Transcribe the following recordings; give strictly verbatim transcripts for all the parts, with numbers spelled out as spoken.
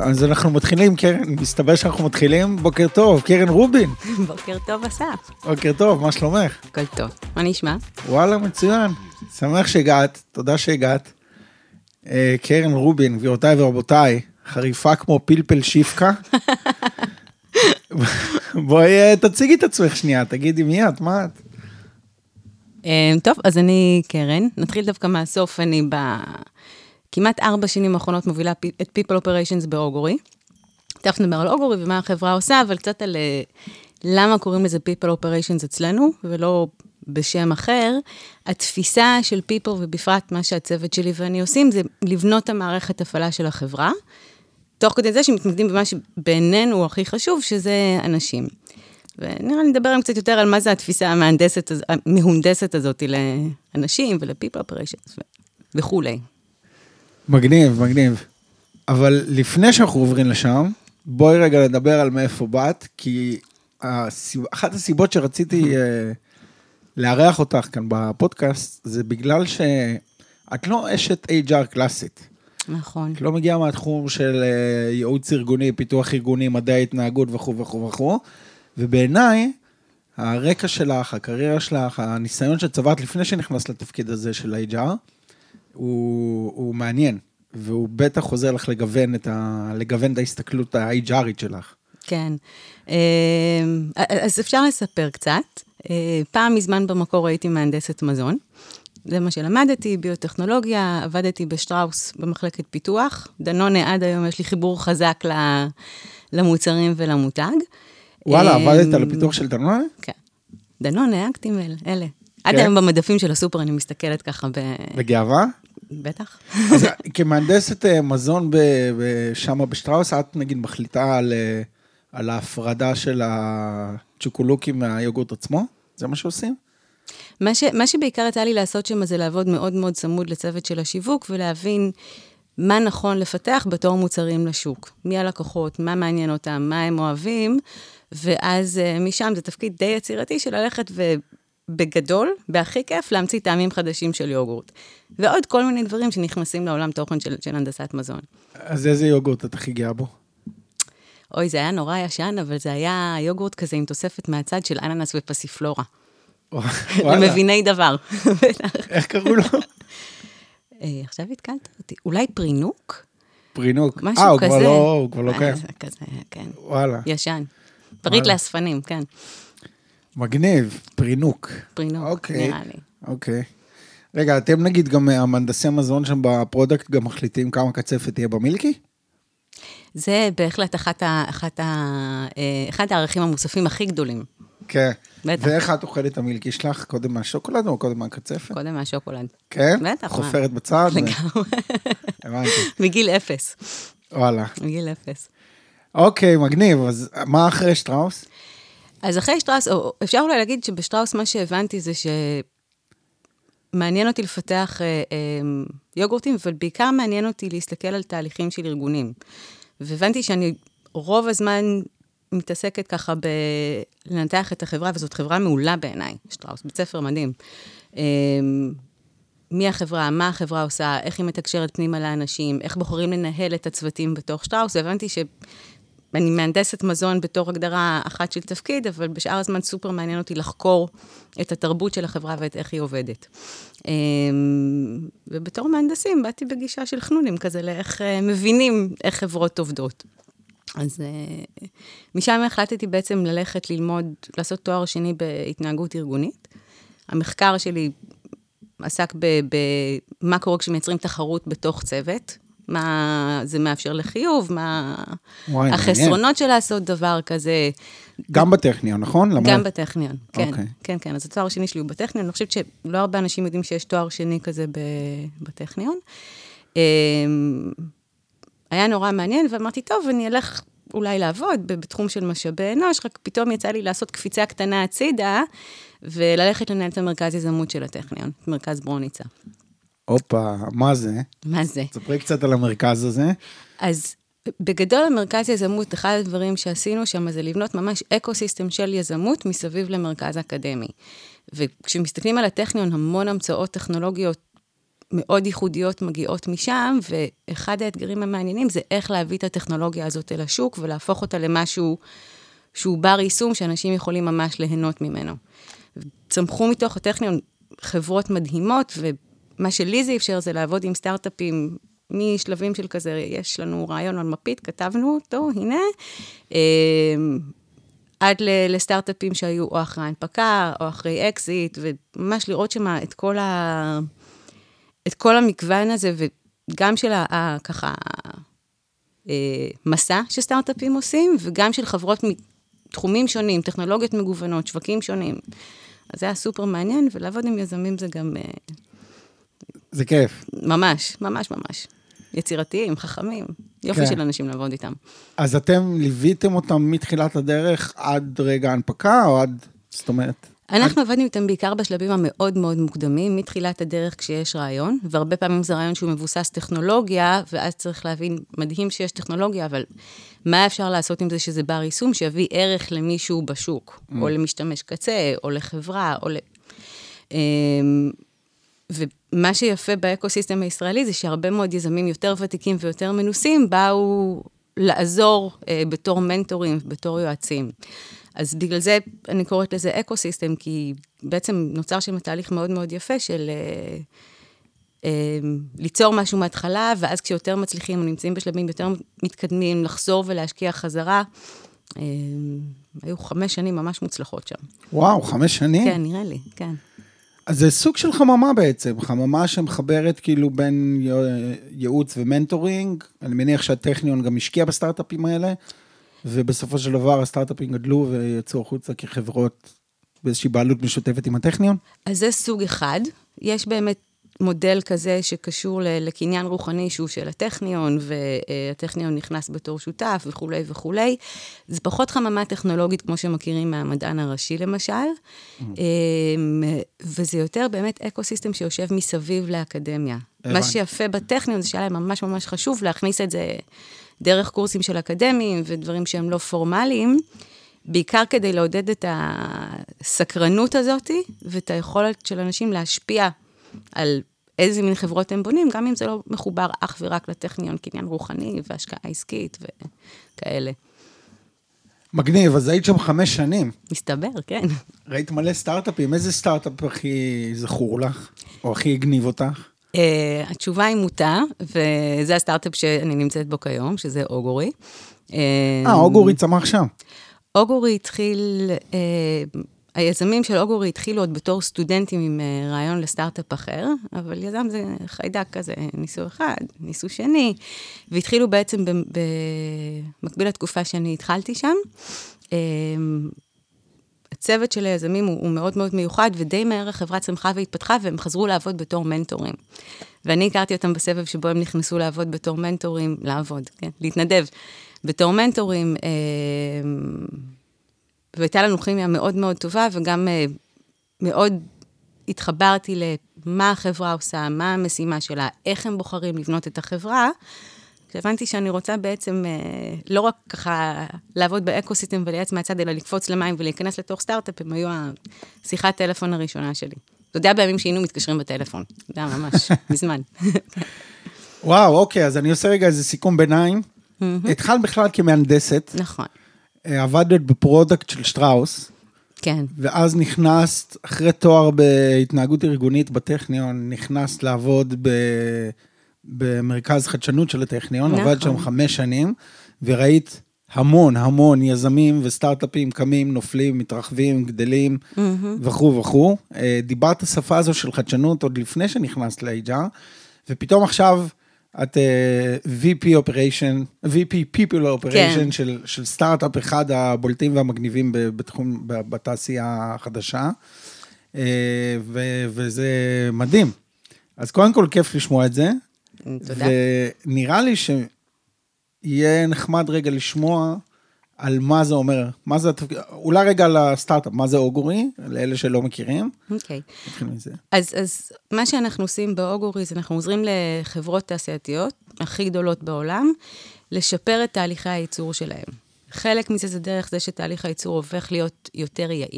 אז אנחנו מתחילים, קרן, מסתבר שאנחנו מתחילים, בוקר טוב, קרן רובין. בוקר טוב, אסף. בוקר טוב, מה שלומך? הכל טוב, מה נשמע? וואלה, מצוין, שמח שהגעת, תודה שהגעת. אה, קרן רובין, גבירותיי ורבותיי, חריפה כמו פלפל שיפקה. בואי תציגי את עצמך שנייה, תגידי מי את, מה את? טוב, אז אני קרן, נתחיל דווקא מהסוף, אני בכמעט ארבע שנים האחרונות מובילה את People Operations באוגורי. תכף נדבר על אוגורי ומה החברה עושה, אבל קצת על למה קוראים לזה People Operations אצלנו, ולא בשם אחר. התפיסה של People, ובפרט מה שהצוות שלי ואני עושים, זה לבנות המערכת הפעלה של החברה, תוך כדי זה שמתמקדים במה שבעינינו הוא הכי חשוב, שזה אנשים. ונראה לי נדבר קצת יותר על מה זה התפיסה המהנדסת, המהונדסת הזאת לאנשים ול-People Operations וכו'. מגניב, מגניב. אבל לפני שאנחנו עוברים לשם, בואי רגע לדבר על מאיפה באת, כי אחת הסיבות שרציתי לארח אותך כאן בפודקאסט, זה בגלל שאת לא אשת אייץ' אר קלאסית. נכון. את לא מגיעה מהתחום של ייעוץ ארגוני, פיתוח ארגוני, מדעי התנהגות וכו' וכו' וכו'. ובעיניי, הרקע שלך, הקריירה שלך, הניסיון שצברת לפני שנכנס לתפקיד הזה של אייץ' אר, הוא, הוא מעניין, והוא בטח חוזר לך לגוון את, ה, לגוון את ההסתכלות ה-אייץ' ארית שלך. כן. אז אפשר לספר קצת. פעם מזמן במקור הייתי מהנדסת מזון. זה מה שלמדתי, ביוטכנולוגיה, עבדתי בשטראוס במחלקת פיתוח. דנונה עד היום יש לי חיבור חזק למוצרים ולמותג. וואלה, עבדת על הפיתוח של דנונה? כן. דנונה, אקטימל, אלה. עד היום במדפים של הסופר אני מסתכלת ככה ב... בגאווה? בטח. אז כמהנדסת מזון שמה בשטראוס, את נגיד מחליטה על, על ההפרדה של הצ'וקולוקים מהיוגורט עצמו? זה מה שעושים? מה, ש, מה שבעיקר יצא לי לעשות שם זה לעבוד מאוד מאוד צמוד לצוות של השיווק, ולהבין מה נכון לפתח בתור מוצרים לשוק. מי הלקוחות, מה מעניין אותם, מה הם אוהבים, ואז משם זה תפקיד די יצירתי של ללכת ובגדול, בהכי כיף, להמציא טעמים חדשים של יוגורט. ועוד כל מיני דברים שנכנסים לעולם תוכן של, של הנדסת מזון. אז איזה יוגורט את הכי גאה בו? אוי, זה היה נורא ישן, אבל זה היה יוגורט כזה עם תוספת מהצד של אננס ופסיפלורה. למביני דבר. איך קראו לו? עכשיו התקלת אותי. אולי פרינוק? פרינוק. משהו כזה. אה, הוא כבר לא קיים. כזה, כן. וואלה. ישן. פריט לאספנים, כן. מגניב, פרינוק. פרינוק, נראה לי. אוקיי. רגע, אתם נגיד גם המהנדסי מזון שם בפרודקט גם מחליטים כמה קצפת תהיה במילקי? זה בהחלט אחת ה, אחת ה, אחד הערכים המוספים הכי גדולים. כן. ואיך את אוכלת את המילקי שלך? קודם מהשוקולד או קודם מהקצפת? קודם מהשוקולד. כן? בטח. חופרת בצד? לגמרי. הבנתי. מגיל אפס. וואלה. מגיל אפס. אוקיי, מגניב. אז מה אחרי שטראוס? אז אחרי שטראוס, אפשר אולי להגיד שבשטראוס מה שהבנתי זה שמעניין אותי לפתח אה, אה, יוגורטים, אבל בעיקר מעניין אותי להסתכל על תהליכים של ארגונים. והבנתי שאני רוב הזמן מתעסקת ככה בלנתח את החברה, וזאת חברה מעולה בעיניי, שטראוס, בית ספר מדהים. מי החברה, מה החברה עושה, איך היא מתקשרת פנימה לאנשים, איך בוחרים לנהל את הצוותים בתוך שטראוס, והבנתי שאני מהנדסת מזון בתור הגדרה אחת של תפקיד, אבל בשאר הזמן סופר מעניין אותי לחקור את התרבות של החברה ואת איך היא עובדת. ובתור מהנדסים באתי בגישה של חנונים כזה, לאיך מבינים איך חברות עובדות. אז משם החלטתי בעצם ללכת ללמוד, לעשות תואר שני בהתנהגות ארגונית. המחקר שלי עסק במה קורה כשמייצרים תחרות בתוך צוות, מה זה מאפשר לחיוב, מה החסרונות של לעשות דבר כזה. גם בטכניון, נכון? גם בטכניון, כן. כן, כן. אז התואר השני שלי הוא בטכניון. אני חושבת שלא הרבה אנשים יודעים שיש תואר שני כזה בטכניון. היה נורא מעניין, ואמרתי, טוב, אני אלך אולי לעבוד בתחום של משאבי אנוש, רק פתאום יצא לי לעשות קפיצה קטנה הצידה, וללכת לנהל את המרכז יזמות של הטכניון, מרכז ברוניצה. אופה, מה זה? מה זה? תספרי קצת על המרכז הזה. אז בגדול המרכז יזמות, אחד הדברים שעשינו שם, זה לבנות ממש אקוסיסטם של יזמות מסביב למרכז אקדמי. וכשמסתכלים על הטכניון, המון המצאות טכנולוגיות מאוד ייחודיות מגיעות משם, ואחד האתגרים המעניינים זה איך להביא את הטכנולוגיה הזאת אל השוק, ולהפוך אותה למשהו שהוא בר יישום, שאנשים יכולים ממש ליהנות ממנו. צמחו מתוך הטכניון חברות מדהימות, ומה שלי זה אפשר זה לעבוד עם סטארט-אפים, משלבים של כזה, יש לנו רעיון על מפית, כתבנו אותו, הנה, עד לסטארט-אפים שהיו או אחרי הנפקה, או אחרי אקזיט, וממש לראות שמה את כל ה... את כל המגוון הזה, וגם של ה... ככה, מסע שסטארט-אפים עושים, וגם של חברות מתחומים שונים, טכנולוגיות מגוונות, שווקים שונים. אז זה היה סופר מעניין, ולעבוד עם יזמים זה גם... זה כיף. ממש, ממש, ממש. יצירתיים, חכמים. יופי כן. של אנשים לעבוד איתם. אז אתם ליוויתם אותם מתחילת הדרך עד רגע ההנפקה, או עד... זאת אומרת... אנחנו עבדנו איתם בעיקר בשלבים המאוד מאוד מוקדמים, מתחילת הדרך כשיש רעיון, והרבה פעמים זה רעיון שהוא מבוסס טכנולוגיה, ואז צריך להבין, מדהים שיש טכנולוגיה, אבל מה אפשר לעשות עם זה שזה בר יישום, שיביא ערך למישהו בשוק, mm. או למשתמש קצה, או לחברה, או ל... ומה שיפה באקוסיסטם הישראלי, זה שהרבה מאוד יזמים יותר ותיקים ויותר מנוסים, באו לעזור בתור מנטורים, בתור יועצים. אז בגלל זה אני קוראת לזה אקוסיסטם, כי בעצם נוצר שם תהליך מאוד מאוד יפה של אה, אה, ליצור משהו מההתחלה, ואז כשיותר מצליחים, נמצאים בשלבים יותר מתקדמים, לחזור ולהשקיע חזרה. אה, היו חמש שנים ממש מוצלחות שם. וואו, חמש שנים? כן, נראה לי, כן. אז זה סוג של חממה בעצם, חממה שמחברת כאילו בין ייעוץ ומנטורינג, אני מניח שהטכניון גם השקיע בסטארט-אפים האלה, ובסופו של דבר הסטארט-אפים גדלו ויצאו החוצה כחברות באיזושהי בעלות משותפת עם הטכניון? אז זה סוג אחד. יש באמת מודל כזה שקשור לקניין רוחני שהוא של הטכניון, והטכניון נכנס בתור שותף וכו' וכו'. זה פחות חממה טכנולוגית כמו שמכירים מהמדען הראשי למשל, וזה יותר באמת אקוסיסטם שיושב מסביב לאקדמיה. מה שיפה בטכניון זה שהיה להם ממש ממש חשוב להכניס את זה דרך קורסים של אקדמיים ודברים שהם לא פורמליים, בעיקר כדי לעודד את הסקרנות הזאת, ואת היכולת של אנשים להשפיע על איזה מין חברות הם בונים, גם אם זה לא מחובר אך ורק לטכניון, קניין רוחני והשקעה עסקית וכאלה. מגניב, אז היית שם חמש שנים. מסתבר, כן. ראית מלא סטארט-אפים, איזה סטארט-אפ הכי זכור לך, או הכי הגניב אותך? Uh, התשובה היא מוטה, וזה הסטארט-אפ שאני נמצאת בו כיום, שזה אוגורי. אה, אוגורי צמח שם. אוגורי התחיל, uh, היזמים של אוגורי התחילו עוד בתור סטודנטים עם uh, רעיון לסטארט-אפ אחר, אבל יזם זה חיידק כזה, ניסו אחד, ניסו שני, והתחילו בעצם במקביל לתקופה שאני התחלתי שם. Uh, הצוות של היזמים הוא, הוא מאוד מאוד מיוחד, ודי מהר החברה צמחה והתפתחה, והם חזרו לעבוד בתור מנטורים. ואני הכרתי אותם בסבב שבו הם נכנסו לעבוד בתור מנטורים, לעבוד, כן, להתנדב בתור מנטורים, אה, והייתה לנו כימיה מאוד מאוד טובה, וגם אה, מאוד התחברתי למה החברה עושה, מה המשימה שלה, איך הם בוחרים לבנות את החברה, כשהבנתי שאני רוצה בעצם לא רק ככה לעבוד באקוסיסטם ולייעץ מהצד, אלא לקפוץ למים ולהיכנס לתוך סטארט-אפ, הם היו השיחת טלפון הראשונה שלי. אתה יודע בימים שהיינו מתקשרים בטלפון. אתה יודע, ממש, מזמן. וואו, אוקיי, אז אני עושה רגע איזה סיכום ביניים. התחלת בכלל כמהנדסת. נכון. עבדת בפרודקט של שטראוס. כן. ואז נכנסת, אחרי תואר בהתנהגות ארגונית בטכניון, נכנסת לעבוד ב... במרכז חדשנות של הטכניון, נכון. עבד שם חמש שנים, וראית המון, המון יזמים וסטארט-אפים קמים, נופלים, מתרחבים, גדלים, mm-hmm. וכו' וכו'. דיברת השפה הזו של חדשנות עוד לפני שנכנסת ל-אייץ' אר, ופתאום עכשיו את uh, וי פי Operation, וי פי People Operation כן. של, של סטארט-אפ אחד הבולטים והמגניבים בתחום, בתעשייה החדשה, uh, ו- וזה מדהים. אז קודם כל כיף לשמוע את זה, תודה. ונראה לי שיהיה נחמד רגע לשמוע על מה זה אומר, מה זה, אולי רגע לסטארט-אפ, מה זה אוגורי, לאלה שלא מכירים. אוקיי. אז, אז מה שאנחנו עושים באוגורי, זה אנחנו עוזרים לחברות תעשייתיות, הכי גדולות בעולם, לשפר את תהליכי הייצור שלהם. חלק מזה זה דרך זה שתהליך הייצור הופך להיות יותר יעיל,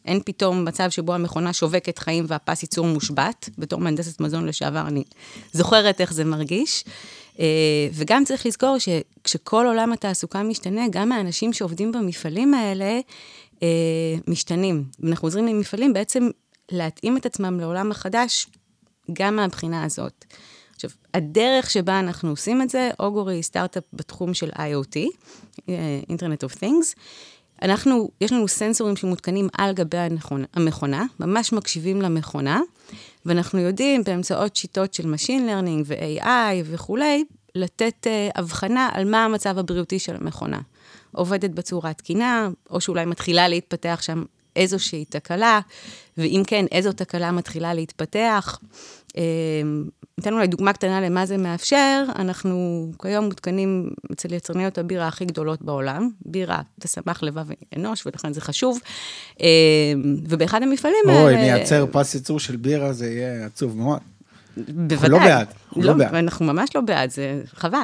אין פתאום מצב שבו המכונה שובקת חיים והפס ייצור מושבת, בתור מהנדסת מזון לשעבר, אני זוכרת איך זה מרגיש. וגם צריך לזכור שכשכל עולם התעסוקה משתנה, גם האנשים שעובדים במפעלים האלה משתנים. אנחנו עוזרים למפעלים בעצם להתאים את עצמם לעולם החדש, גם מהבחינה הזאת. עכשיו, הדרך שבה אנחנו עושים את זה, אוגורי היא סטארט-אפ בתחום של איי או טי, Internet of Things. אנחנו, יש לנו סנסורים שמותקנים על גבי המכונה, ממש מקשיבים למכונה, ואנחנו יודעים באמצעות שיטות של Machine Learning ו-איי איי וכולי, לתת uh, הבחנה על מה המצב הבריאותי של המכונה. עובדת בצורה תקינה, או שאולי מתחילה להתפתח שם איזושהי תקלה, ואם כן, איזו תקלה מתחילה להתפתח. ניתן אולי דוגמה קטנה למה זה מאפשר, אנחנו כיום מותקנים אצל יצרניות הבירה הכי גדולות בעולם, בירה תשמח לבב אנוש, ולכן זה חשוב, ובאחד המפעלים... אוי, נייצר פס ייצור של בירה, זה יהיה עצוב מאוד. בוודאי. לא בעד. לא, אנחנו ממש לא בעד, זה חבל.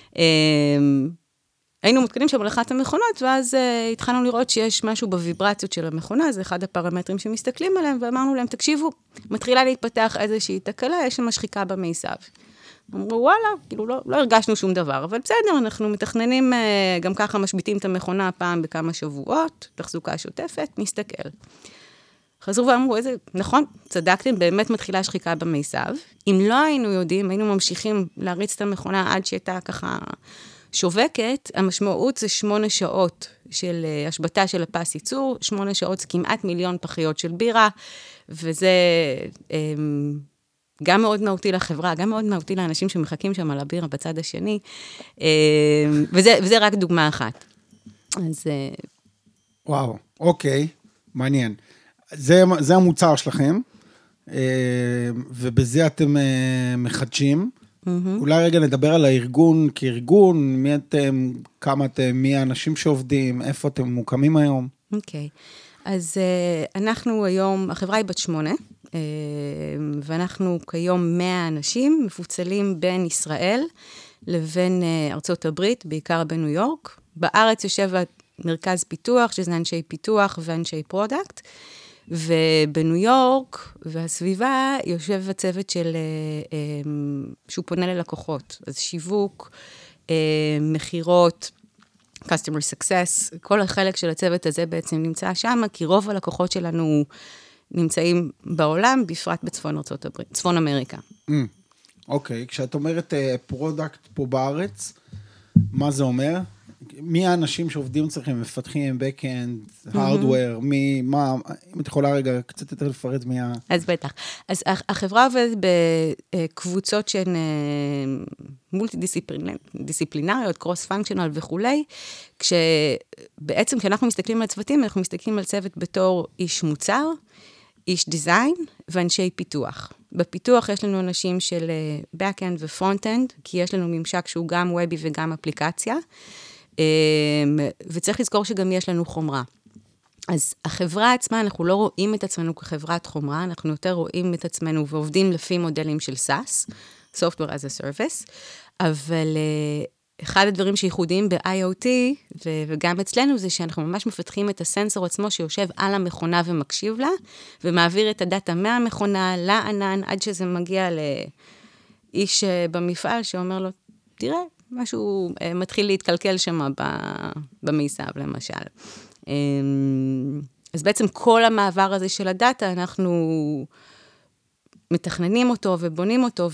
היינו מותקנים שם על אחת המכונות, ואז uh, התחלנו לראות שיש משהו בוויברציות של המכונה, זה אחד הפרמטרים שמסתכלים עליהם, ואמרנו להם, תקשיבו, מתחילה להתפתח איזושהי תקלה, יש שם שחיקה במיסב. אמרו, וואלה, כאילו לא, לא הרגשנו שום דבר, אבל בסדר, אנחנו מתכננים, uh, גם ככה משביטים את המכונה פעם בכמה שבועות, תחזוקה שוטפת, נסתכל. חזרו ואמרו, איזה, נכון, צדקתם, באמת מתחילה שחיקה במיסב. אם לא היינו יודעים, היינו ממשיכים להריץ את המכונה עד שהייתה ככה... שובקת, המשמעות זה שמונה שעות של השבטה של הפס ייצור, שמונה שעות זה כמעט מיליון פחיות של בירה, וזה גם מאוד מהותי לחברה, גם מאוד מהותי לאנשים שמחכים שם על הבירה בצד השני, וזה, וזה רק דוגמה אחת. אז... וואו, אוקיי, מעניין. זה, זה המוצר שלכם, ובזה אתם מחדשים, Mm-hmm. אולי רגע נדבר על הארגון כארגון, מי אתם, כמה אתם, מי האנשים שעובדים, איפה אתם מוקמים היום? אוקיי, okay. אז uh, אנחנו היום, החברה היא בת שמונה, uh, ואנחנו כיום מאה אנשים, מפוצלים בין ישראל לבין uh, ארצות הברית, בעיקר בניו יורק. בארץ יושב מרכז פיתוח, שזה אנשי פיתוח ואנשי פרודקט, ובניו יורק והסביבה יושב הצוות של, שהוא פונה ללקוחות, אז שיווק, מחירות, customer success, כל החלק של הצוות הזה בעצם נמצא שם, כי רוב הלקוחות שלנו נמצאים בעולם, בפרט בצפון ארצות הברית, צפון אמריקה. אוקיי, כשאת אומרת פרודקט פה בארץ, מה זה אומר? מי האנשים שעובדים אצלכם, מפתחים, back-end, hardware, מי, מה, אם את יכולה רגע קצת יותר לפרט מי ה... אז בטח. אז החברה עובדת בקבוצות שהן מולטי-דיסציפלינריות, קרוס-פונקשיונל וכולי, כשבעצם כשאנחנו מסתכלים על צוותים, אנחנו מסתכלים על צוות בתור איש מוצר, איש דיזיין ואנשי פיתוח. בפיתוח יש לנו אנשים של back-end ו-front-end, כי יש לנו ממשק שהוא גם וובי וגם אפליקציה, וצריך לזכור שגם יש לנו חומרה. אז החברה עצמה, אנחנו לא רואים את עצמנו כחברת חומרה, אנחנו יותר רואים את עצמנו ועובדים לפי מודלים של סאס, Software as a Service, אבל אחד הדברים שייחודיים ב-איי או טי, וגם אצלנו, זה שאנחנו ממש מפתחים את הסנסור עצמו שיושב על המכונה ומקשיב לה, ומעביר את הדאטה מהמכונה לענן, עד שזה מגיע לאיש במפעל שאומר לו, תראה, משהו מתחיל להתקלקל שם במיסב, למשל. אז בעצם כל המעבר הזה של הדאטה, אנחנו מתכננים אותו ובונים אותו,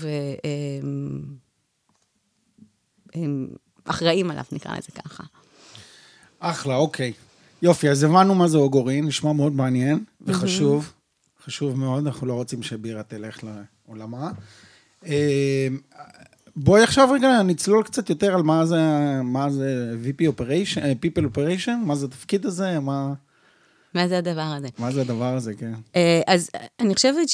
ואחראים עליו, נקרא לזה ככה. אחלה, אוקיי. יופי, אז הבנו מה זה אוגורי, נשמע מאוד מעניין וחשוב, חשוב מאוד, אנחנו לא רוצים שבירה תלך לעולמה. בואי עכשיו רגע נצלול קצת יותר על מה זה, מה זה וי פי Operation, People Operation, מה זה התפקיד הזה, מה... מה זה הדבר הזה? מה זה הדבר הזה, כן. אז אני חושבת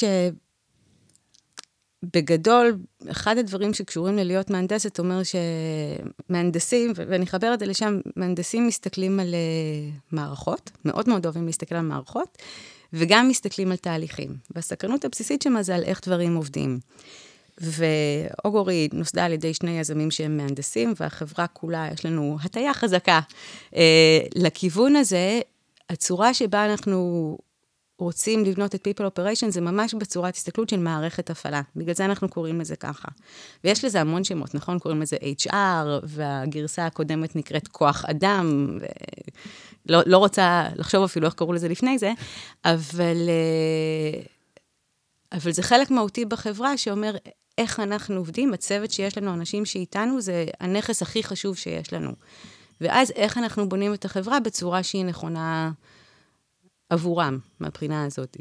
שבגדול, אחד הדברים שקשורים ללהיות מהנדסת, אומר שמהנדסים, ואני אחבר את זה לשם, מהנדסים מסתכלים על מערכות, מאוד מאוד אוהבים להסתכל על מערכות, וגם מסתכלים על תהליכים. והסקרנות הבסיסית שמה זה על איך דברים עובדים. ואוגורי נוסדה על ידי שני יזמים שהם מהנדסים, והחברה כולה, יש לנו הטיה חזקה. לכיוון הזה, הצורה שבה אנחנו רוצים לבנות את People Operation, זה ממש בצורת הסתכלות של מערכת הפעלה. בגלל זה אנחנו קוראים לזה ככה. ויש לזה המון שמות, נכון? קוראים לזה אייץ' אר, והגרסה הקודמת נקראת כוח אדם, ולא, לא רוצה לחשוב אפילו איך קראו לזה לפני זה, אבל, אבל זה חלק מהותי בחברה שאומר, איך אנחנו עובדים, הצוות שיש לנו, אנשים שאיתנו, זה הנכס הכי חשוב שיש לנו. ואז איך אנחנו בונים את החברה בצורה שהיא נכונה עבורם, מהבחינה הזאת.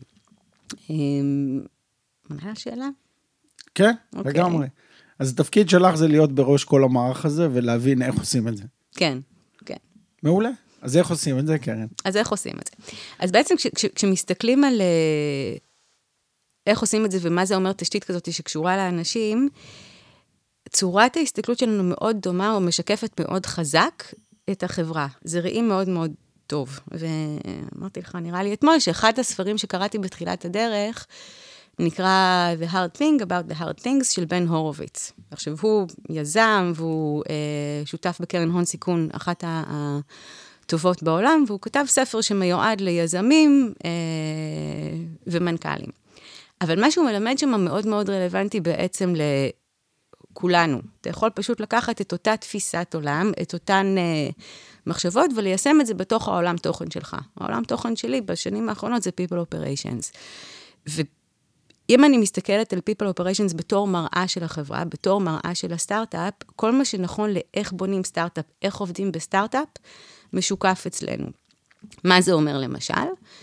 מה השאלה? כן, לגמרי. אז התפקיד שלך זה להיות בראש כל המערך הזה, ולהבין איך עושים את זה. כן, כן. מעולה. אז איך עושים את זה, קרן? אז איך עושים את זה? אז בעצם כש, כש, כשמסתכלים על איך עושים את זה, ומה זה אומר תשתית כזאת שקשורה לאנשים, צורת ההסתכלות שלנו מאוד דומה, או משקפת מאוד חזק את החברה. זה ראי מאוד מאוד טוב. ואמרתי לך, נראה לי אתמול, שאחד הספרים שקראתי בתחילת הדרך, נקרא The Hard Thing About the Hard Things של בן הורוביץ. עכשיו, הוא יזם, והוא אה, שותף בקרן הון סיכון, אחת הטובות בעולם, והוא כתב ספר שמיועד ליזמים אה, ומנכ"לים. אבל מה שהוא מלמד שם מאוד מאוד רלוונטי בעצם לכולנו. אתה יכול פשוט לקחת את אותה תפיסת עולם, את אותן אה, מחשבות, וליישם את זה בתוך העולם תוכן שלך. העולם תוכן שלי בשנים האחרונות זה People Operations. ואם אני מסתכלת על People Operations בתור מראה של החברה, בתור מראה של הסטארט-אפ, כל מה שנכון לאיך בונים סטארט-אפ, איך עובדים בסטארט-אפ, משוקף אצלנו. מה זה אומר למשל?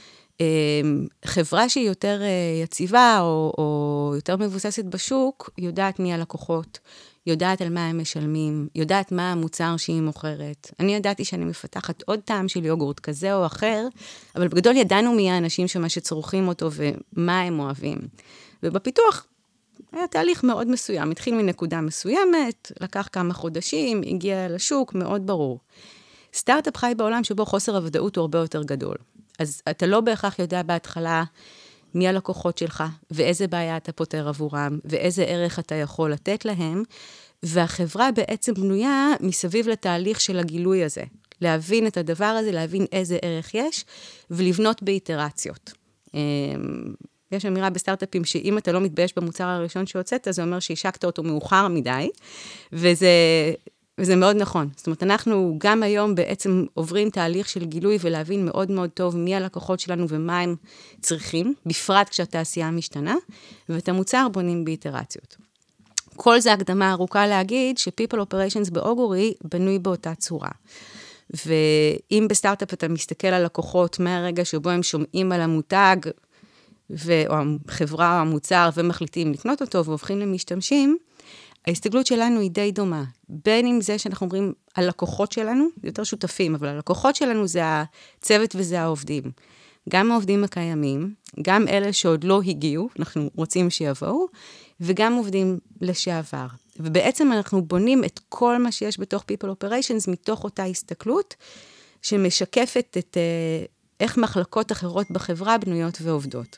חברה שהיא יותר יציבה או, או יותר מבוססת בשוק, יודעת מי הלקוחות, יודעת על מה הם משלמים, יודעת מה המוצר שהיא מוכרת. אני ידעתי שאני מפתחת עוד טעם של יוגורט כזה או אחר, אבל בגדול ידענו מי האנשים שמה שצורכים אותו ומה הם אוהבים. ובפיתוח היה תהליך מאוד מסוים, התחיל מנקודה מסוימת, לקח כמה חודשים, הגיע לשוק, מאוד ברור. סטארט-אפ חי בעולם שבו חוסר הוודאות הוא הרבה יותר גדול. אז אתה לא בהכרח יודע בהתחלה מי הלקוחות שלך, ואיזה בעיה אתה פותר עבורם, ואיזה ערך אתה יכול לתת להם, והחברה בעצם בנויה מסביב לתהליך של הגילוי הזה. להבין את הדבר הזה, להבין איזה ערך יש, ולבנות באיטרציות. יש אמירה בסטארט-אפים שאם אתה לא מתבייש במוצר הראשון שהוצאת, זה אומר שהשקת אותו מאוחר מדי, וזה... וזה מאוד נכון. זאת אומרת, אנחנו גם היום בעצם עוברים תהליך של גילוי ולהבין מאוד מאוד טוב מי הלקוחות שלנו ומה הם צריכים, בפרט כשהתעשייה משתנה, ואת המוצר בונים באיטרציות. כל זה הקדמה ארוכה להגיד ש-People Operations באוגורי בנוי באותה צורה. ואם בסטארט-אפ אתה מסתכל על לקוחות מהרגע שבו הם שומעים על המותג, או החברה או המוצר ומחליטים לקנות אותו והופכים למשתמשים, ההסתגלות שלנו היא די דומה. בין אם זה שאנחנו אומרים על לקוחות שלנו, יותר שותפים, אבל הלקוחות שלנו זה הצוות וזה העובדים. גם העובדים הקיימים, גם אלה שעוד לא הגיעו, אנחנו רוצים שיבואו, וגם עובדים לשעבר. ובעצם אנחנו בונים את כל מה שיש בתוך People Operations, מתוך אותה הסתכלות, שמשקפת את איך מחלקות אחרות בחברה בנויות ועובדות.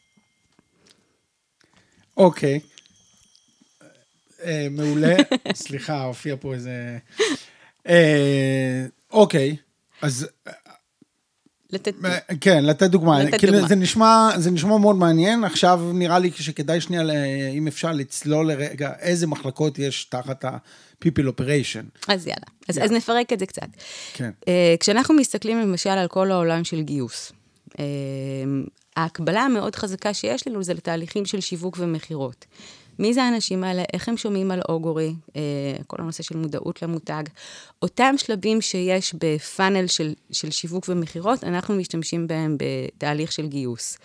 אוקיי. מעולה, סליחה, הופיע פה איזה... אוקיי, אז... כן, לתת דוגמה. זה נשמע, זה נשמע מאוד מעניין, עכשיו נראה לי שכדאי שנייה, אם אפשר לצלול לרגע, איזה מחלקות יש תחת ה-People Operation. אז יאללה, אז, אז נפרק את זה קצת. כן. כשאנחנו מסתכלים למשל על כל העולם של גיוס, ההקבלה המאוד חזקה שיש לנו זה לתהליכים של שיווק ומחירות. מי זה האנשים האלה? איך הם שומעים על אוגורי? כל הנושא של מודעות למותג. אותם שלבים שיש בפאנל של, של שיווק ומחירות, אנחנו משתמשים בהם בתהליך של גיוס.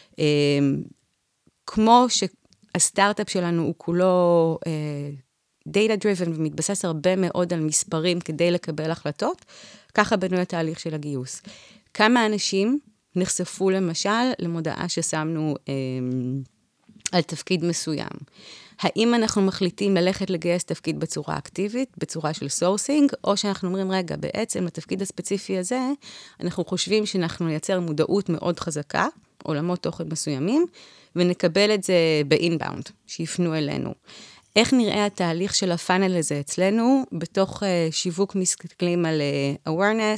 כמו שהסטארט-אפ שלנו הוא כולו data driven ומתבסס הרבה מאוד על מספרים כדי לקבל החלטות, ככה בנוי התהליך של הגיוס. כמה אנשים נחשפו למשל למודעה ששמנו על תפקיד מסוים. האם אנחנו מחליטים ללכת לגייס תפקיד בצורה אקטיבית, בצורה של סורסינג, או שאנחנו אומרים, רגע, בעצם לתפקיד הספציפי הזה, אנחנו חושבים שאנחנו נייצר מודעות מאוד חזקה, עולמות תוכן מסוימים, ונקבל את זה באינבאונד, שיפנו אלינו. איך נראה התהליך של הפאנל הזה אצלנו? בתוך uh, שיווק מסתכלים על uh, awareness,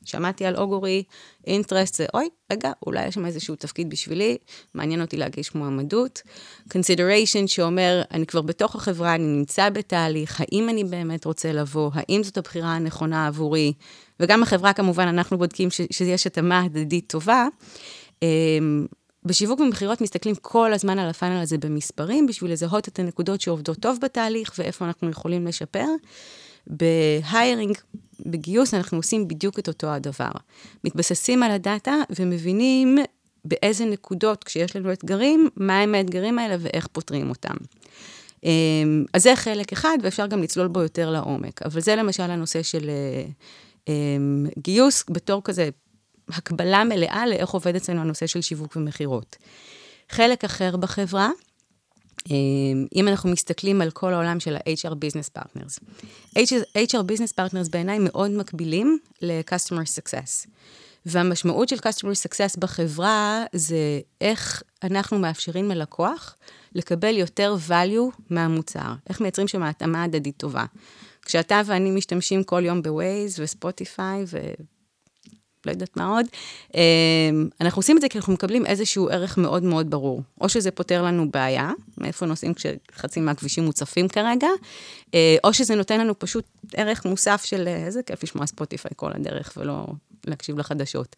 שמעתי על אוגורי, אינטרסט זה, אוי, רגע, אולי יש שם איזשהו תפקיד בשבילי, מעניין אותי להגיש מועמדות. consideration שאומר, אני כבר בתוך החברה, אני נמצא בתהליך, האם אני באמת רוצה לבוא, האם זאת הבחירה הנכונה עבורי, וגם החברה כמובן, אנחנו בודקים ש- שיש התאמה הדדית טובה. בשיווק ומחירות מסתכלים כל הזמן על הפאנל הזה במספרים, בשביל לזהות את הנקודות שעובדות טוב בתהליך, ואיפה אנחנו יכולים לשפר. בהיירינג, בגיוס, אנחנו עושים בדיוק את אותו הדבר. מתבססים על הדאטה ומבינים באיזה נקודות, כשיש לנו אתגרים, מהם האתגרים האלה ואיך פותרים אותם. אז זה חלק אחד, ואפשר גם לצלול בו יותר לעומק. אבל זה למשל הנושא של גיוס, בתור כזה הקבלה מלאה לאיך עובד אצלנו הנושא של שיווק ומחירות. חלק אחר בחברה, אם אנחנו מסתכלים על כל העולם של ה-אייץ' אר Business Partners. אייץ' אר Business Partners בעיניי מאוד מקבילים ל-Customer Success. והמשמעות של Customer Success בחברה זה איך אנחנו מאפשרים ללקוח לקבל יותר value מהמוצר. איך מייצרים שם התאמה הדדית טובה. כשאתה ואני משתמשים כל יום בווייז וספוטיפיי ו... לא יודעת מה עוד, אנחנו עושים את זה כי אנחנו מקבלים איזשהו ערך מאוד מאוד ברור. או שזה פותר לנו בעיה, מאיפה נוסעים כשחצי מהכבישים מוצפים כרגע, או שזה נותן לנו פשוט ערך מוסף של איזה כיף לשמוע ספוטיפיי כל הדרך, ולא להקשיב לחדשות.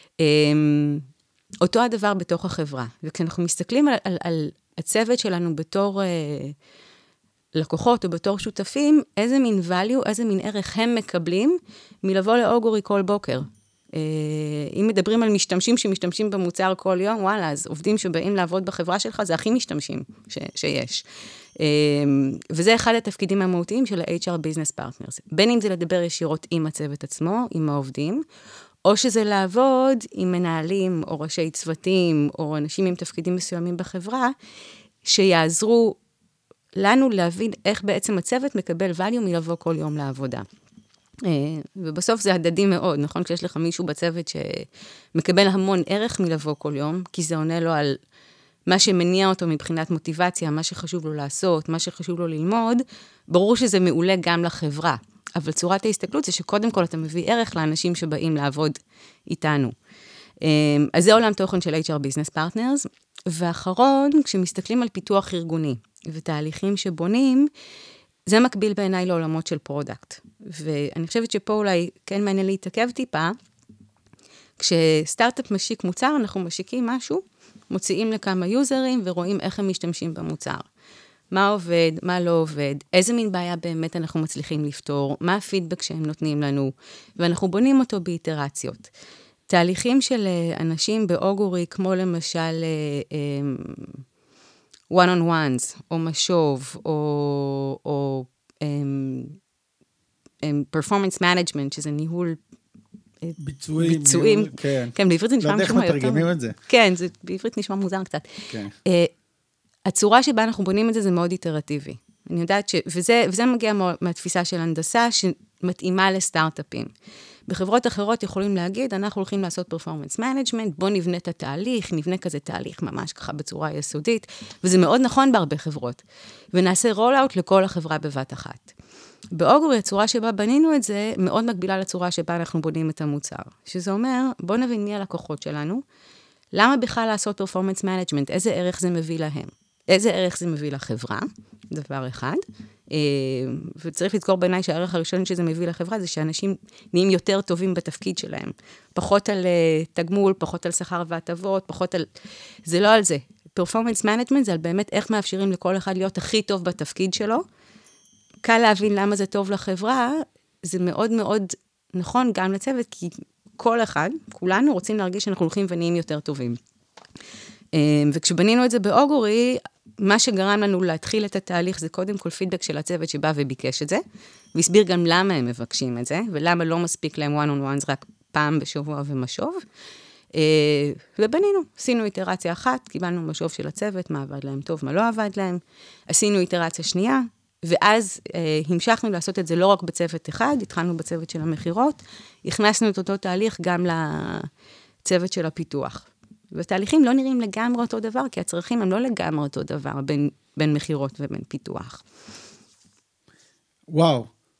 אותו הדבר בתוך החברה. וכשאנחנו מסתכלים על, על, על הצוות שלנו בתור לקוחות או בתור שותפים, איזה מין value, איזה מין ערך הם מקבלים מלבוא לאוגורי כל בוקר. אם מדברים על משתמשים שמשתמשים במוצר כל יום, וואלה, אז עובדים שבאים לעבוד בחברה שלך, זה הכי משתמשים ש- שיש. וזה אחד התפקידים המהותיים של ה-אייץ' אר Business Partners. בין אם זה לדבר ישירות עם הצוות עצמו, עם העובדים, או שזה לעבוד עם מנהלים, או ראשי צוותים, או אנשים עם תפקידים מסוימים בחברה, שיעזרו לנו להבין איך בעצם הצוות מקבל value מלבוא כל יום לעבודה. ובסוף זה הדדי מאוד, נכון? כשיש לך מישהו בצוות שמקבל המון ערך מלבוא כל יום, כי זה עונה לו על מה שמניע אותו מבחינת מוטיבציה, מה שחשוב לו לעשות, מה שחשוב לו ללמוד, ברור שזה מעולה גם לחברה. אבל צורת ההסתכלות זה שקודם כל אתה מביא ערך לאנשים שבאים לעבוד איתנו. אז זה עולם תוכן של אייץ' אר Business Partners. ואחרון, כשמסתכלים על פיתוח ארגוני ותהליכים שבונים, זה מקביל בעיניי לעולמות של פרודקט. ואני חושבת שפה אולי כן מעניין להתעכב טיפה, כשסטארט-אפ משיק מוצר, אנחנו משיקים משהו, מוציאים לכמה יוזרים ורואים איך הם משתמשים במוצר. מה עובד, מה לא עובד, איזה מין בעיה באמת אנחנו מצליחים לפתור, מה הפידבק שהם נותנים לנו, ואנחנו בונים אותו באיטרציות. תהליכים של אנשים באוגורי, כמו למשל one on ones, או משוב, או, או um, um, performance management, שזה ניהול ביצועים. ביצועים. ניהול, כן. כן, בעברית זה נשמע לא משמע יותר. לא יודע איך מתרגמים את זה. כן, זה, בעברית נשמע מוזר קצת. כן. Uh, הצורה שבה אנחנו בונים את זה, זה מאוד איטרטיבי. אני יודעת ש... וזה, וזה מגיע מהתפיסה של הנדסה, שמתאימה לסטארט-אפים. בחברות אחרות יכולים להגיד, אנחנו הולכים לעשות פרפורמנס מנג'מנט, בוא נבנה את התהליך, נבנה כזה תהליך ממש ככה בצורה יסודית, וזה מאוד נכון בהרבה חברות. ונעשה רול-אוט לכל החברה בבת אחת. באוגורי, הצורה שבה בנינו את זה, מאוד מקבילה לצורה שבה אנחנו בונים את המוצר. שזה אומר, בוא נבין מי הלקוחות שלנו, למה בכלל לעשות פרפורמנס מנג'מנט, איזה ערך זה מביא להם. איזה ערך זה מביא לחברה, דבר אחד, וצריך לזכור בעיניי שהערך הראשון שזה מביא לחברה, זה שאנשים נהיים יותר טובים בתפקיד שלהם, פחות על תגמול, פחות על שכר והטבות, פחות על... זה לא על זה. פרפורמנס מנג'מנט זה על באמת איך מאפשרים לכל אחד להיות הכי טוב בתפקיד שלו, קל להבין למה זה טוב לחברה, זה מאוד מאוד נכון גם לצוות, כי כל אחד, כולנו רוצים להרגיש שאנחנו הולכים ונהיים יותר טובים. וכשבנינו את זה באוגורי, מה שגרם לנו להתחיל את התהליך, זה קודם כל פידבק של הצוות שבא וביקש את זה, והסביר גם למה הם מבקשים את זה, ולמה לא מספיק להם one on ones רק פעם בשבוע ומשוב. ובנינו, עשינו איטרציה אחת, קיבלנו משוב של הצוות, מה עבד להם טוב, מה לא עבד להם, עשינו איטרציה שנייה, ואז המשכנו לעשות את זה לא רק בצוות אחד, התחלנו בצוות של המחירות, הכנסנו את אותו תהליך גם לצוות של הפיתוח. ותהליכים לא נראים לגמרי אותו דבר, כי הצרכים הם לא לגמרי אותו דבר בין, בין מחירות ובין פיתוח. וואו.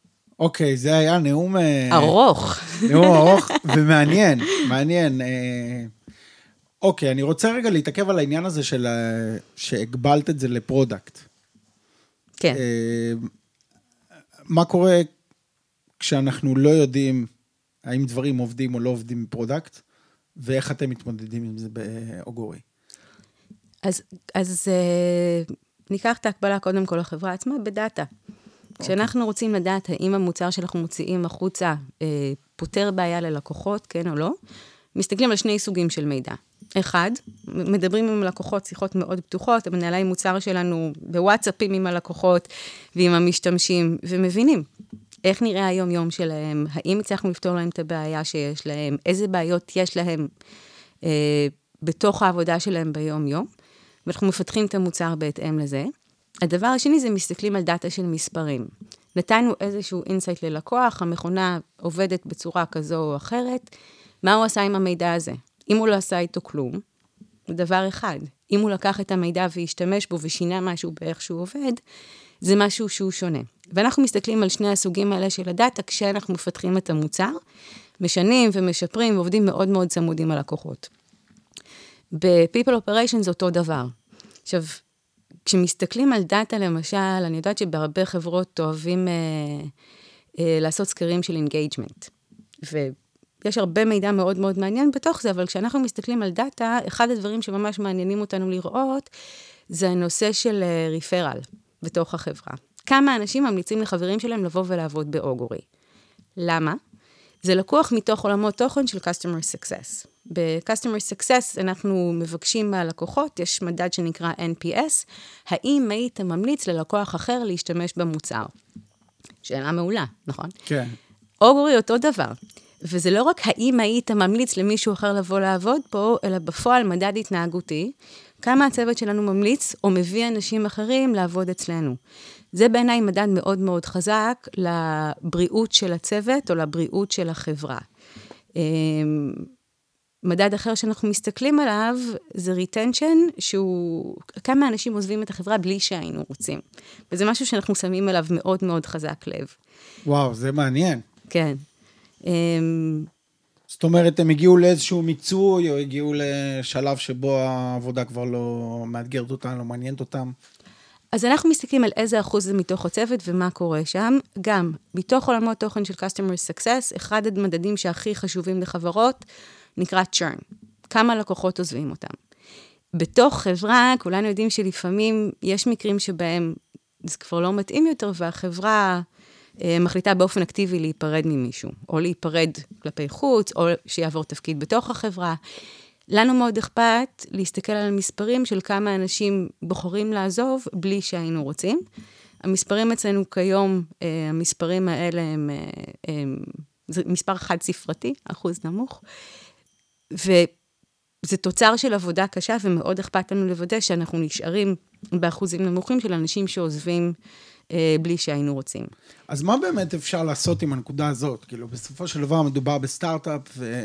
אוקיי, זה היה נאום... ארוך. נאום ארוך ומעניין, מעניין. אוקיי, אני רוצה רגע להתעכב על העניין הזה של... שהגבלת את זה לפרודקט. כן. מה קורה כשאנחנו לא יודעים האם דברים עובדים או לא עובדים בפרודקט, ואיך אתם מתמודדים עם זה באוגורי? אז, אז uh, ניקח את ההקבלה קודם כל לחברה עצמה בדאטה. Okay. כשאנחנו רוצים לדעת האם המוצר שאנחנו מוציאים החוצה uh, פותר בעיה ללקוחות, כן או לא, מסתכלים על שני סוגים של מידע. אחד, מדברים עם לקוחות שיחות מאוד פתוחות, המנהלי מוצר שלנו בוואטסאפים עם הלקוחות ועם המשתמשים, ומבינים איך נראה היום יום שלהם, האם הצלחנו לפתור להם את הבעיה שיש להם, איזה בעיות יש להם אה, בתוך העבודה שלהם ביום יום, ואנחנו מפתחים את המוצר בהתאם לזה. הדבר השני זה מסתכלים על דאטה של מספרים. נתנו איזשהו אינסייט ללקוח, המכונה עובדת בצורה כזו או אחרת, מה הוא עשה עם המידע הזה? אם הוא לא עשה איתו כלום, זה דבר אחד. אם הוא לקח את המידע והשתמש בו ושינה משהו באיך שהוא עובד, זה משהו שהוא שונה. ואנחנו מסתכלים על שני הסוגים האלה של הדאטה, כשאנחנו מפתחים את המוצר, משנים ומשפרים ועובדים מאוד מאוד צמודים על לקוחות. ב-People Operations זה אותו דבר. עכשיו, כשמסתכלים על דאטה למשל, אני יודעת שבהרבה חברות אוהבים אה, אה, לעשות סקרים של engagement. ויש הרבה מידע מאוד מאוד מעניין בתוך זה, אבל כשאנחנו מסתכלים על דאטה, אחד הדברים שממש מעניינים אותנו לראות, זה הנושא של ריפרל בתוך החברה. כמה אנשים ממליצים לחברים שלהם לבוא ולעבוד באוגורי. למה? זה לקוח מתוך עולמות תוכן של Customer Success. ב-Customer Success אנחנו מבקשים מהלקוחות, יש מדד שנקרא אן פי אס, האם היית ממליץ ללקוח אחר להשתמש במוצר? שאלה מעולה, נכון? כן. אוגורי אותו דבר. וזה לא רק האם היית ממליץ למישהו אחר לבוא לעבוד פה, אלא בפועל מדד התנהגותי, כמה הצוות שלנו ממליץ או מביא אנשים אחרים לעבוד אצלנו. זה בעיניי מדד מאוד מאוד חזק לבריאות של הצוות או לבריאות של החברה. מדד אחר שאנחנו מסתכלים עליו זה retention, שהוא כמה אנשים עוזבים את החברה בלי שהיינו רוצים. וזה משהו שאנחנו שמים עליו מאוד מאוד חזק לב. וואו, זה מעניין. כן. זאת אומרת, הם הגיעו לאיזשהו מיצוי, או הגיעו לשלב שבו העבודה כבר לא מאתגרת אותם, לא מעניינת אותם? אז אנחנו מסתכלים על איזה אחוז זה מתוך הצוות ומה קורה שם. גם, מתוך עולמות תוכן של Customer Success, אחד המדדים שהכי חשובים לחברות, נקרא churn. כמה לקוחות עוזבים אותם. בתוך חברה, כולנו יודעים שלפעמים יש מקרים שבהם זה כבר לא מתאים יותר, והחברה מחליטה באופן אקטיבי להיפרד ממישהו, או להיפרד כלפי חוץ, או שיעבור תפקיד בתוך החברה. לנו מאוד אכפת להסתכל על המספרים של כמה אנשים בוחרים לעזוב בלי שהיינו רוצים. המספרים אצלנו כיום, המספרים האלה הם, הם זה מספר חד ספרתי, אחוז נמוך, וזה תוצר של עבודה קשה, ומאוד אכפת לנו לוודא שאנחנו נשארים באחוזים נמוכים של אנשים שעוזבים בלי שהיינו רוצים. אז מה באמת אפשר לעשות עם הנקודה הזאת? כאילו, בסופו של דבר מדובר בסטארט-אפ,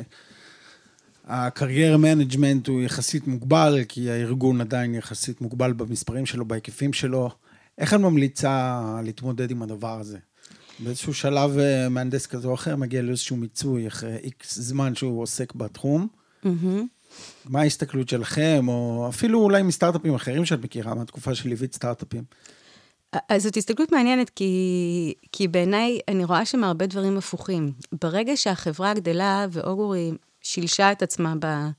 והקריירה מנג'מנט הוא יחסית מוגבל, כי הארגון עדיין יחסית מוגבל במספרים שלו, בהיקפים שלו. איך אני ממליצה להתמודד עם הדבר הזה? באיזשהו שלב מהנדס כזה או אחר מגיע לאיזשהו מיצוי, אחרי איקס זמן שהוא עוסק בתחום. Mm-hmm. מה ההסתכלות שלכם, או אפילו אולי מסטארט-אפים אחרים שאת מכירה, מהתקופה של ליווית סטארט-אפים? אז זאת הסתכלות מעניינת, כי, כי בעיניי אני רואה שם הרבה דברים הפוכים. ברגע שהחברה גדלה ואוגורי שילשה את עצמה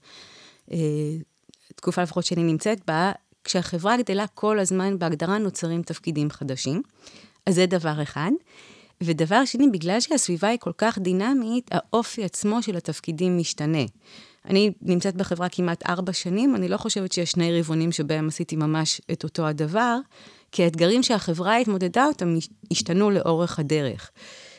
בתקופה לפחות שאני נמצאת בה, כשהחברה גדלה כל הזמן בהגדרה נוצרים תפקידים חדשים. אז זה דבר אחד. ודבר שני, בגלל שהסביבה היא כל כך דינמית, האופי עצמו של התפקידים משתנה. אני נמצאת בחברה כמעט ארבע שנים, אני לא חושבת שיש שני רבעונים שבהם עשיתי ממש את אותו הדבר, כי האתגרים שהחברה התמודדה אותם השתנו לאורך הדרך.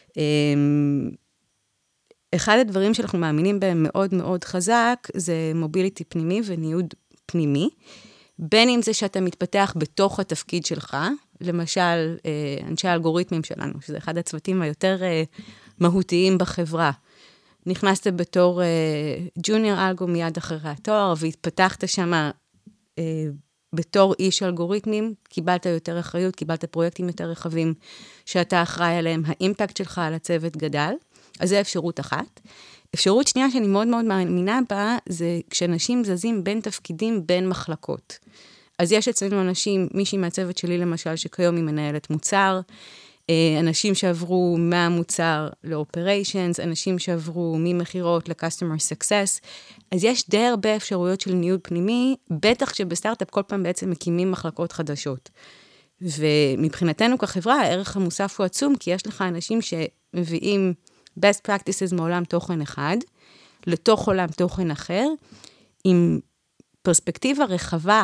אחד הדברים שאנחנו מאמינים בהם מאוד מאוד חזק, זה מוביליטי פנימי וניוד פנימי, בין אם זה שאתה מתפתח בתוך התפקיד שלך, למשל, אנשי האלגוריתמים שלנו, שזה אחד הצוותים היותר מהותיים בחברה. נכנסת בתור ג'וניור אלגו מיד אחרי התואר, והתפתחת שם בתור איש אלגוריתמים, קיבלת יותר אחריות, קיבלת פרויקטים יותר רחבים שאתה אחראי עליהם, האימפקט שלך על הצוות גדל, אז זה אפשרות אחת. אפשרות שנייה שאני מאוד מאוד מאמינה בה, זה כשאנשים זזים בין תפקידים, בין מחלקות. אז יש אצלנו אנשים, מישהי מהצוות שלי למשל, שכיום היא מנהלת מוצר, אנשים שעברו מהמוצר ל-operations, אנשים שעברו ממחירות ל-customer success, אז יש די הרבה אפשרויות של ניוד פנימי, בטח שבסטארט-אפ כל פעם בעצם מקימים מחלקות חדשות. ומבחינתנו כחברה, הערך המוסף הוא עצום, כי יש לך אנשים שמביאים best practices מעולם תוכן אחד, לתוך עולם תוכן אחר, עם פרספקטיבה רחבה,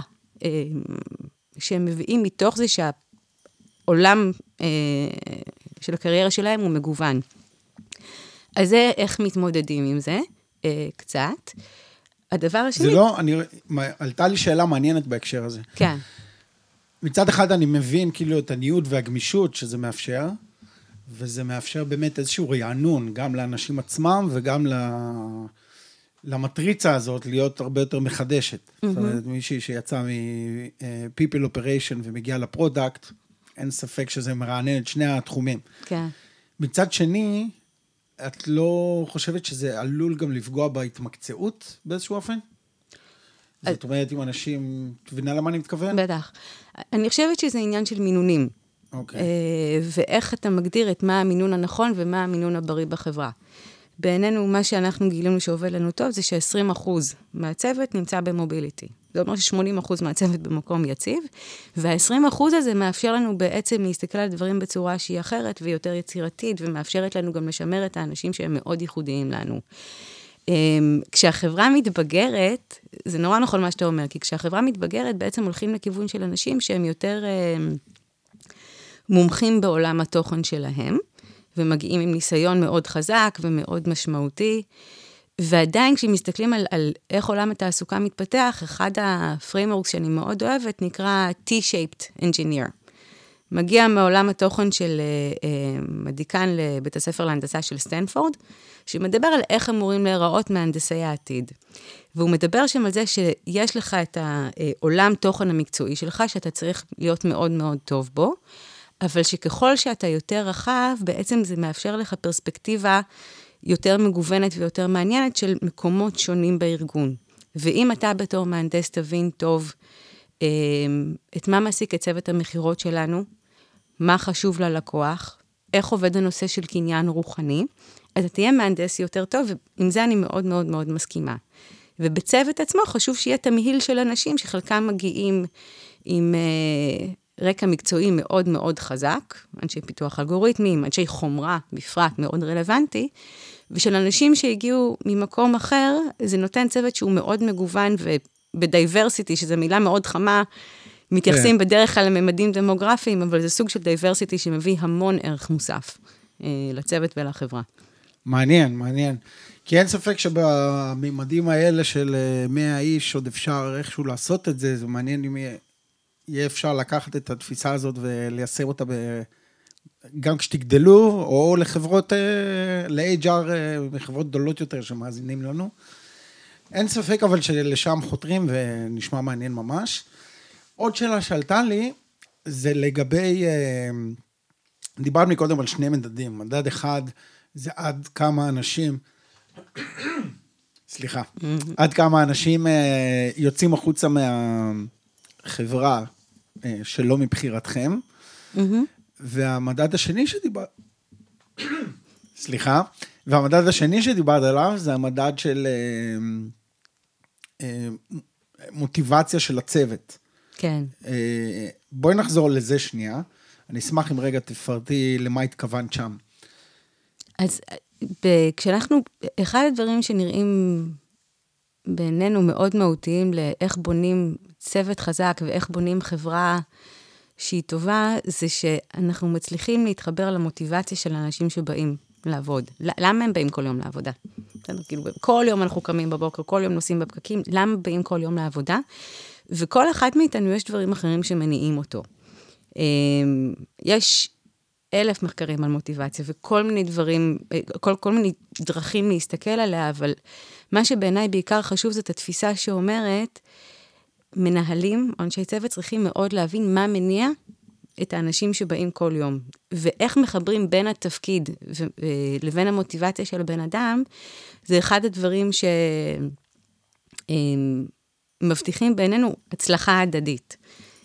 שהם מביאים מתוך זה שהעולם של הקריירה שלהם הוא מגוון. אז זה איך מתמודדים עם זה, קצת. הדבר השני... זה לא, אני, עלתה לי שאלה מעניינת בהקשר הזה. כן. מצד אחד אני מבין כאילו את הניוד והגמישות שזה מאפשר, וזה מאפשר באמת איזשהו רענון, גם לאנשים עצמם וגם למטריצה הזאת להיות הרבה יותר מחדשת. Mm-hmm. זאת אומרת, מישהי שיצא מ-people operation ומגיע לפרודקט, אין ספק שזה מרענן את שני התחומים. כן. מצד שני, את לא חושבת שזה עלול גם לפגוע בהתמקצעות באיזשהו אופן? אז... זאת אומרת, אם אנשים, תבינה למה אני מתכוון? בטח. אני חושבת שזה עניין של מינונים. אוקיי. ואיך אתה מגדיר את מה המינון הנכון ומה המינון הבריא בחברה. בעינינו, מה שאנחנו גילינו שעובד לנו טוב, זה ש-עשרים אחוז מהצוות נמצא במוביליטי. זה אומר ש-שמונים אחוז מהצוות במקום יציב, וה-עשרים אחוז הזה מאפשר לנו בעצם להסתכל על דברים בצורה שהיא אחרת ויותר יצירתית, ומאפשרת לנו גם לשמר את האנשים שהם מאוד ייחודיים לנו. כשהחברה מתבגרת, זה נורא נכון מה שאתה אומר, כי כשהחברה מתבגרת, בעצם הולכים לכיוון של אנשים שהם יותר מומחים בעולם התוכן שלהם, ומגיעים עם ניסיון מאוד חזק ומאוד משמעותי, ועדיין כשמסתכלים על, על איך עולם התעסוקה מתפתח, אחד הפריימוורקס שאני מאוד אוהבת נקרא T-shaped engineer. מגיע מעולם התוכן של מדיקן לבית הספר להנדסה של סטנפורד, שמדבר על איך אמורים להיראות מהנדסי העתיד. והוא מדבר שם על זה שיש לך את העולם תוכן המקצועי שלך, שאתה צריך להיות מאוד מאוד טוב בו, אבל שככל שאתה יותר רחב, בעצם זה מאפשר לך פרספקטיבה יותר מגוונת ויותר מעניינת של מקומות שונים בארגון. ואם אתה בתור מהנדס תבין טוב את מה מעסיק את צוות המחירות שלנו, מה חשוב ללקוח, איך עובד הנושא של קניין רוחני, אז אתה תהיה מהנדס יותר טוב, ועם זה אני מאוד מאוד מאוד מסכימה. ובצוות עצמו חשוב שיהיה תמהיל של אנשים שחלקם מגיעים עם רקע מקצועי מאוד מאוד חזק, אנשי פיתוח אלגוריתמים, אנשי חומרה בפרט מאוד רלוונטי, ושל אנשים שהגיעו ממקום אחר, זה נותן צוות שהוא מאוד מגוון, ובדייברסיטי, שזו מילה מאוד חמה, מתייחסים בדרך כלל לממדים דמוגרפיים, אבל זה סוג של דייברסיטי שמביא המון ערך מוסף לצוות ולחברה. מעניין, מעניין. כי אין ספק שבממדים האלה של מאה איש עוד אפשר איכשהו לעשות את זה, זה מעניין אם יהיה, יהיה אפשר לקחת את התפיסה הזאת וליישם אותה ב... גם כשתגדלו, או לחברות, ל-אייץ' אר, לחברות גדולות יותר שמאזינים לנו. אין ספק אבל שלשם חותרים ונשמע מעניין ממש. עוד שאלה שעלתה לי, זה לגבי, דיברנו מקודם על שני מדדים, מדד אחד זה עד כמה אנשים, סליחה, עד כמה אנשים יוצאים החוצה מהחברה שלא מבחירתכם, והמדד השני שדיבר, סליחה, והמדד השני שדיברת עליו זה המדד של מוטיבציה של הצוות. כן. בואי נחזור לזה שנייה. אני אשמח אם רגע תפרטי למה התכוונת שם. אז כשאנחנו, אחד הדברים שנראים בינינו מאוד מהותיים לאיך בונים צוות חזק ואיך בונים חברה שהיא טובה, זה שאנחנו מצליחים להתחבר למוטיבציה של האנשים שבאים לעבוד. למה הם באים כל יום לעבודה? כאילו, כל יום אנחנו קמים בבוקר, כל יום נוסעים בפקקים, למה באים כל יום לעבודה? וכל אחד מאיתנו יש דברים אחרים שמניעים אותו. יש אלף מחקרים על מוטיבציה, וכל מיני דברים, כל, כל מיני דרכים להסתכל עליה, אבל מה שבעיניי בעיקר חשוב זאת התפיסה שאומרת, מנהלים, אנשי צוות צריכים מאוד להבין מה מניע את האנשים שבאים כל יום, ואיך מחברים בין התפקיד לבין המוטיבציה של הבן אדם, זה אחד הדברים שמבטיחים בינינו הצלחה הדדית.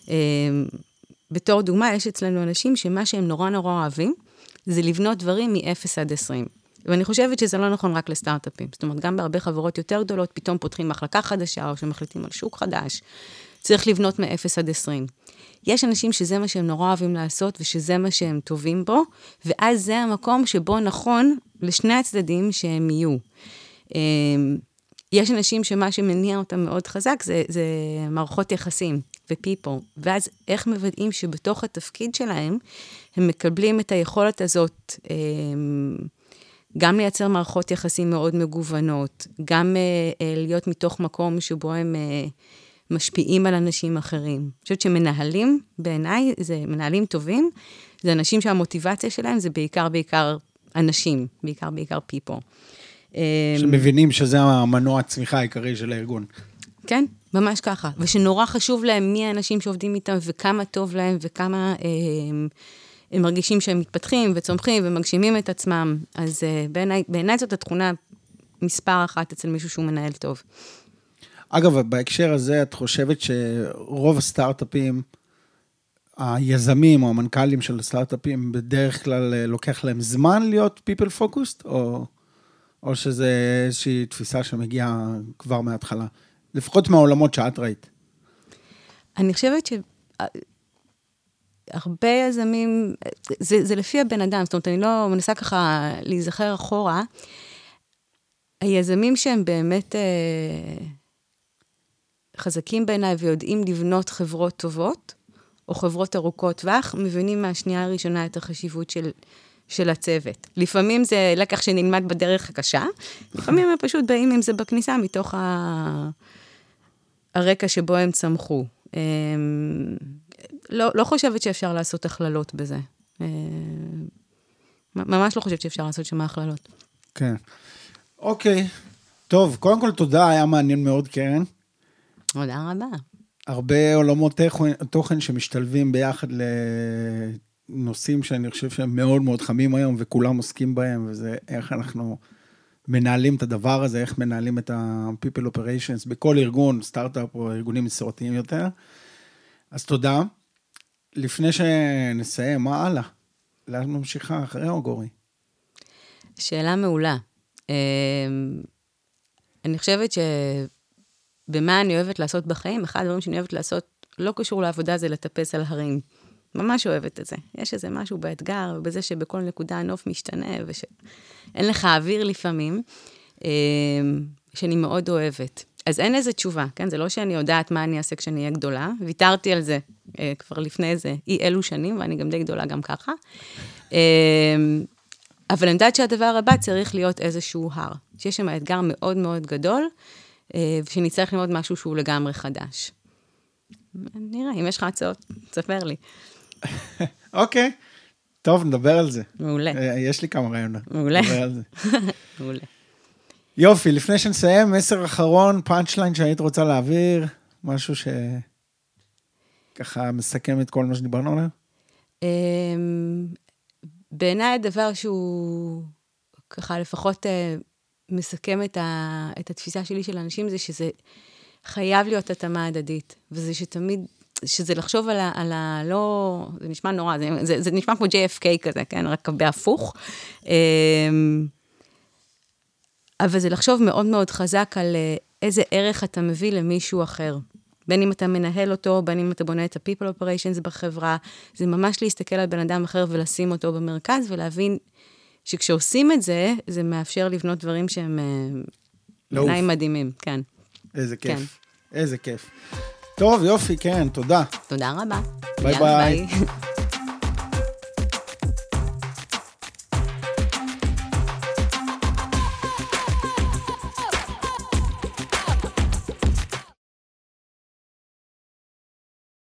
בתור דוגמה, יש אצלנו אנשים שמה שהם נורא נורא אוהבים, זה לבנות דברים מ-אפס עד עשרים. ואני חושבת שזה לא נכון רק לסטארט-אפים. זאת אומרת, גם בהרבה חברות יותר גדולות, פתאום פותחים מחלקה חדשה, או שמחליטים על שוק חדש, צריך לבנות מ-אפס עד עשרים. יש אנשים שזה מה שהם נורא אוהבים לעשות, ושזה מה שהם טובים בו, ואז זה המקום שבו נכון לשני הצדדים שהם יהיו. יש אנשים שמה שמניע אותם מאוד חזק, זה, זה מערכות יחסים ו-people, ואז איך מוודאים שבתוך התפקיד שלהם, הם מקבלים את היכולת הזאת, גם לייצר מערכות יחסים מאוד מגוונות, גם להיות מתוך מקום שבו הם משפיעים על אנשים אחרים. אני חושבת שמנהלים, בעיניי, זה מנהלים טובים, זה אנשים שהמוטיבציה שלהם זה בעיקר, בעיקר אנשים, בעיקר, בעיקר people. שמבינים שזה המנוע הצמיחה העיקרי של הארגון. כן, ממש ככה. ושנורא חשוב להם מי האנשים שעובדים איתם, וכמה טוב להם, וכמה הם, הם מרגישים שהם מתפתחים וצומחים ומגשימים את עצמם. אז בעיניי, בעיניי זאת התכונה מספר אחת אצל מישהו שהוא מנהל טוב. אגב, בהקשר הזה, את חושבת שרוב הסטארט-אפים, היזמים או המנכ"לים של הסטארט-אפים, בדרך כלל לוקח להם זמן להיות people focused, או, או שזה איזושהי תפיסה שמגיעה כבר מההתחלה? לפחות מהעולמות שאת ראית. אני חושבת שהרבה יזמים, זה, זה לפי הבן אדם, זאת אומרת, אני לא מנסה ככה להיזכר אחורה, היזמים שהם באמת חזקים בעיניי ויודעים לבנות חברות טובות, או חברות ארוכות טווח, מבינים מהשנייה הראשונה את החשיבות של, של הצוות. לפעמים זה לקח שנלמד בדרך הקשה, לפעמים הם פשוט באים עם זה בכניסה, מתוך ה... הרקע שבו הם צמחו. לא, לא חושבת שאפשר לעשות הכללות בזה. ממש לא חושבת שאפשר לעשות שמה הכללות. כן. אוקיי. טוב, קודם כל תודה, היה מעניין מאוד, קרן. תודה רבה. הרבה עולמות תוכן שמשתלבים ביחד לנושאים שאני חושב שהם מאוד מאוד חמים היום, וכולם עוסקים בהם, וזה איך אנחנו מנהלים את הדבר הזה, איך מנהלים את ה-people operations בכל ארגון, סטארט-אפ או ארגונים מסורתיים יותר. אז תודה. לפני שנסיים, מה הלאה? לאן ממשיכה אחרי אוגורי? שאלה מעולה. אני חושבת ש... במה אני אוהבת לעשות בחיים, אחד הדברים שאני אוהבת לעשות, לא קשור לעבודה, זה לטפס על הרים. ממש אוהבת את זה. יש איזה משהו באתגר, ובזה שבכל נקודה הנוף משתנה, ושאין לך אוויר לפעמים, שאני מאוד אוהבת. אז אין איזה תשובה, כן? זה לא שאני יודעת מה אני אעשה כשאני אהיה גדולה, ויתרתי על זה כבר לפני איזה אי אלו שנים, ואני גם די גדולה גם ככה. אבל אני יודעת שהדבר הבא צריך להיות איזשהו הר, שיש שם אתגר מאוד מאוד גדול, ושנצטרך ללמוד משהו שהוא לגמרי חדש. נראה, אם יש לך הצעות, תספר לי. אוקיי, טוב, נדבר על זה. מעולה. יש לי כמה רעיונות. מעולה. נדבר על זה. מעולה. יופי, לפני שנסיים, מסר אחרון, פאנצ'ליין שהיית רוצה להעביר, משהו שככה מסכם את כל מה שדיברנו עליו? בעיניי הדבר שהוא ככה לפחות מסכם את, ה, את התפיסה שלי של אנשים, זה שזה חייב להיות התאמה הדדית, וזה שתמיד, שזה לחשוב על ה, על ה לא, זה נשמע נורא, זה, זה, זה נשמע כמו ג'יי אף קיי כזה, כן, רק בהפוך, אבל זה לחשוב מאוד מאוד חזק על איזה ערך אתה מביא למישהו אחר, בין אם אתה מנהל אותו, בין אם אתה בונה את ה-people operations בחברה, זה ממש להסתכל על בן אדם אחר ולשים אותו במרכז, ולהבין שכשעושים את זה, זה מאפשר לבנות דברים שהם בעיניים מדהימים, כן. איזה כיף, איזה כיף. טוב, יופי, כן, תודה. תודה רבה. ביי ביי.